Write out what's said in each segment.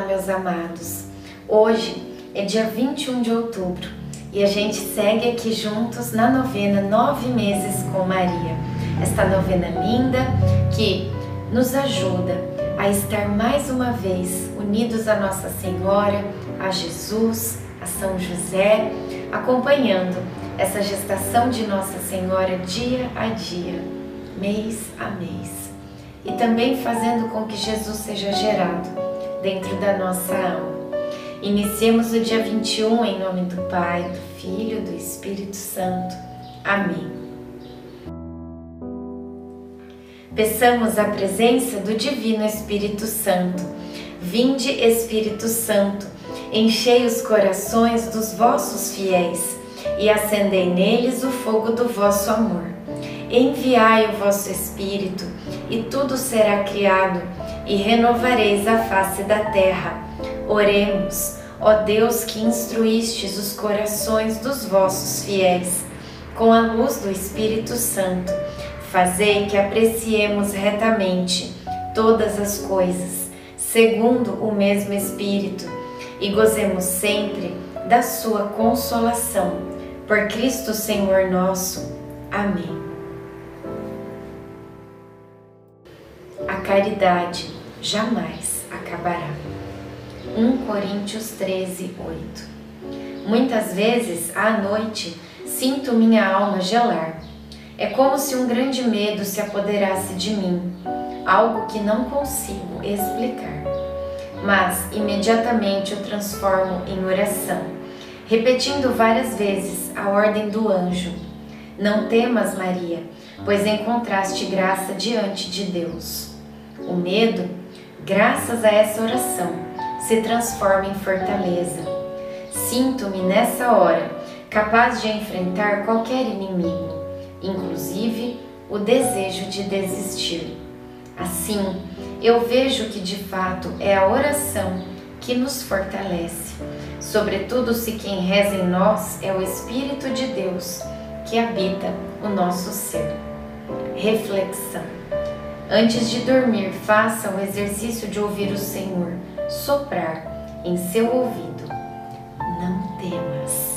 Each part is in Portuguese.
Olá, meus amados! Hoje é dia 21 de outubro e a gente segue aqui juntos na novena 9 meses com Maria. Esta novena linda que nos ajuda a estar mais uma vez unidos a Nossa Senhora, a Jesus, a São José, acompanhando essa gestação de Nossa Senhora dia a dia, mês a mês, e também fazendo com que Jesus seja gerado dentro da nossa alma. Iniciemos o dia 21 em nome do Pai, do Filho e do Espírito Santo. Amém. Peçamos a presença do Divino Espírito Santo. Vinde, Espírito Santo, enchei os corações dos vossos fiéis e acendei neles o fogo do vosso amor. Enviai o vosso Espírito e tudo será criado e renovareis a face da terra. Oremos, ó Deus que instruístes os corações dos vossos fiéis com a luz do Espírito Santo, fazei que apreciemos retamente todas as coisas, segundo o mesmo Espírito, e gozemos sempre da sua consolação. Por Cristo Senhor nosso. Amém. A caridade jamais acabará. 1 Coríntios 13, 8. Muitas vezes, à noite, sinto minha alma gelar. É como se um grande medo se apoderasse de mim, algo que não consigo explicar. Mas, imediatamente o transformo em oração, repetindo várias vezes a ordem do anjo. Não temas, Maria, pois encontraste graça diante de Deus. O medo, graças a essa oração, se transforma em fortaleza. Sinto-me nessa hora capaz de enfrentar qualquer inimigo, inclusive o desejo de desistir. Assim, eu vejo que de fato é a oração que nos fortalece, sobretudo se quem reza em nós é o Espírito de Deus que habita o nosso ser. Reflexão. Antes de dormir, faça o exercício de ouvir o Senhor soprar em seu ouvido. Não temas.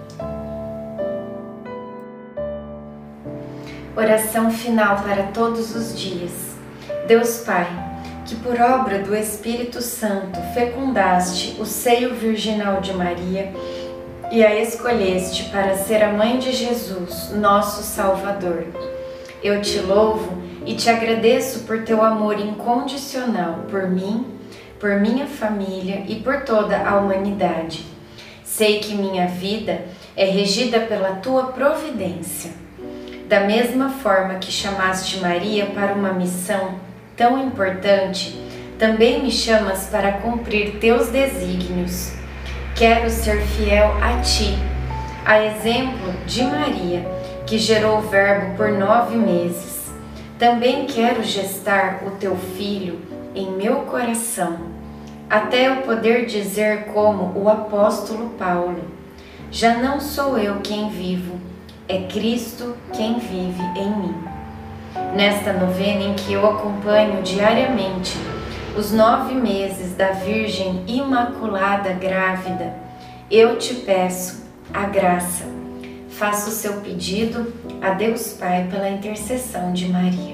Oração final para todos os dias. Deus Pai, que por obra do Espírito Santo fecundaste o seio virginal de Maria e a escolheste para ser a mãe de Jesus, nosso Salvador. Eu te louvo e te agradeço por teu amor incondicional por mim, por minha família e por toda a humanidade. Sei que minha vida é regida pela tua providência. Da mesma forma que chamaste Maria para uma missão tão importante, também me chamas para cumprir teus desígnios. Quero ser fiel a ti, a exemplo de Maria, que gerou o Verbo por 9 meses. Também quero gestar o teu Filho em meu coração, até eu poder dizer como o apóstolo Paulo: já não sou eu quem vivo, é Cristo quem vive em mim. Nesta novena em que eu acompanho diariamente os 9 meses da Virgem Imaculada Grávida, eu te peço a graça. Faça o seu pedido a Deus Pai pela intercessão de Maria.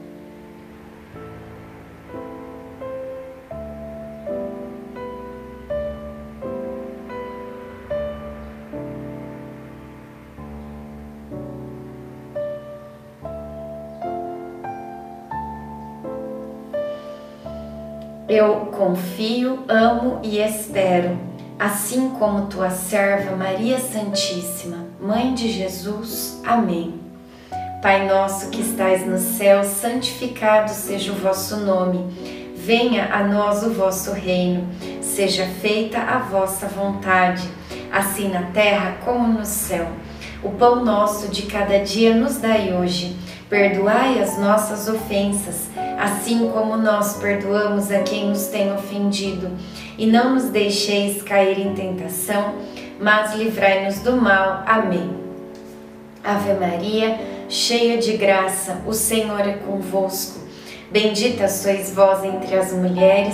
Eu confio, amo e espero, assim como tua serva Maria Santíssima, Mãe de Jesus. Amém. Pai nosso que estais no céu, santificado seja o vosso nome. Venha a nós o vosso reino. Seja feita a vossa vontade, assim na terra como no céu. O pão nosso de cada dia nos dai hoje. Perdoai as nossas ofensas, assim como nós perdoamos a quem nos tem ofendido. E não nos deixeis cair em tentação, mas livrai-nos do mal. Amém. Ave Maria, cheia de graça, o Senhor é convosco. Bendita sois vós entre as mulheres,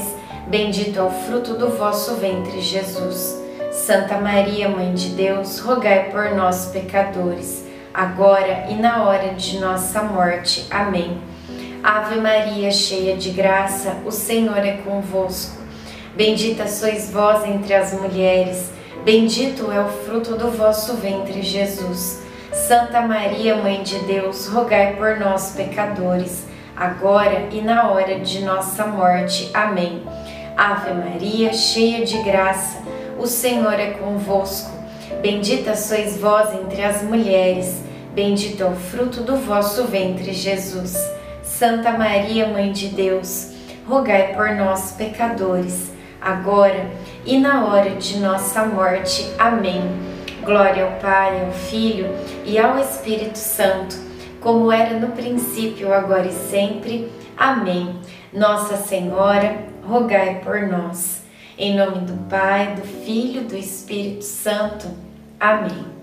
Bendito é o fruto do vosso ventre, Jesus. Santa Maria, Mãe de Deus, rogai por nós, pecadores, agora e na hora de nossa morte. Amém. Ave Maria, cheia de graça, o Senhor é convosco. Bendita sois vós entre as mulheres, bendito é o fruto do vosso ventre, Jesus. Santa Maria, Mãe de Deus, rogai por nós, pecadores, agora e na hora de nossa morte. Amém. Ave Maria, cheia de graça, o Senhor é convosco. Bendita sois vós entre as mulheres, bendito é o fruto do vosso ventre, Jesus. Santa Maria, Mãe de Deus, rogai por nós, pecadores, agora e na hora de nossa morte. Amém. Glória ao Pai, ao Filho e ao Espírito Santo, como era no princípio, agora e sempre. Amém. Nossa Senhora, rogai por nós. Em nome do Pai, do Filho e do Espírito Santo. Amém.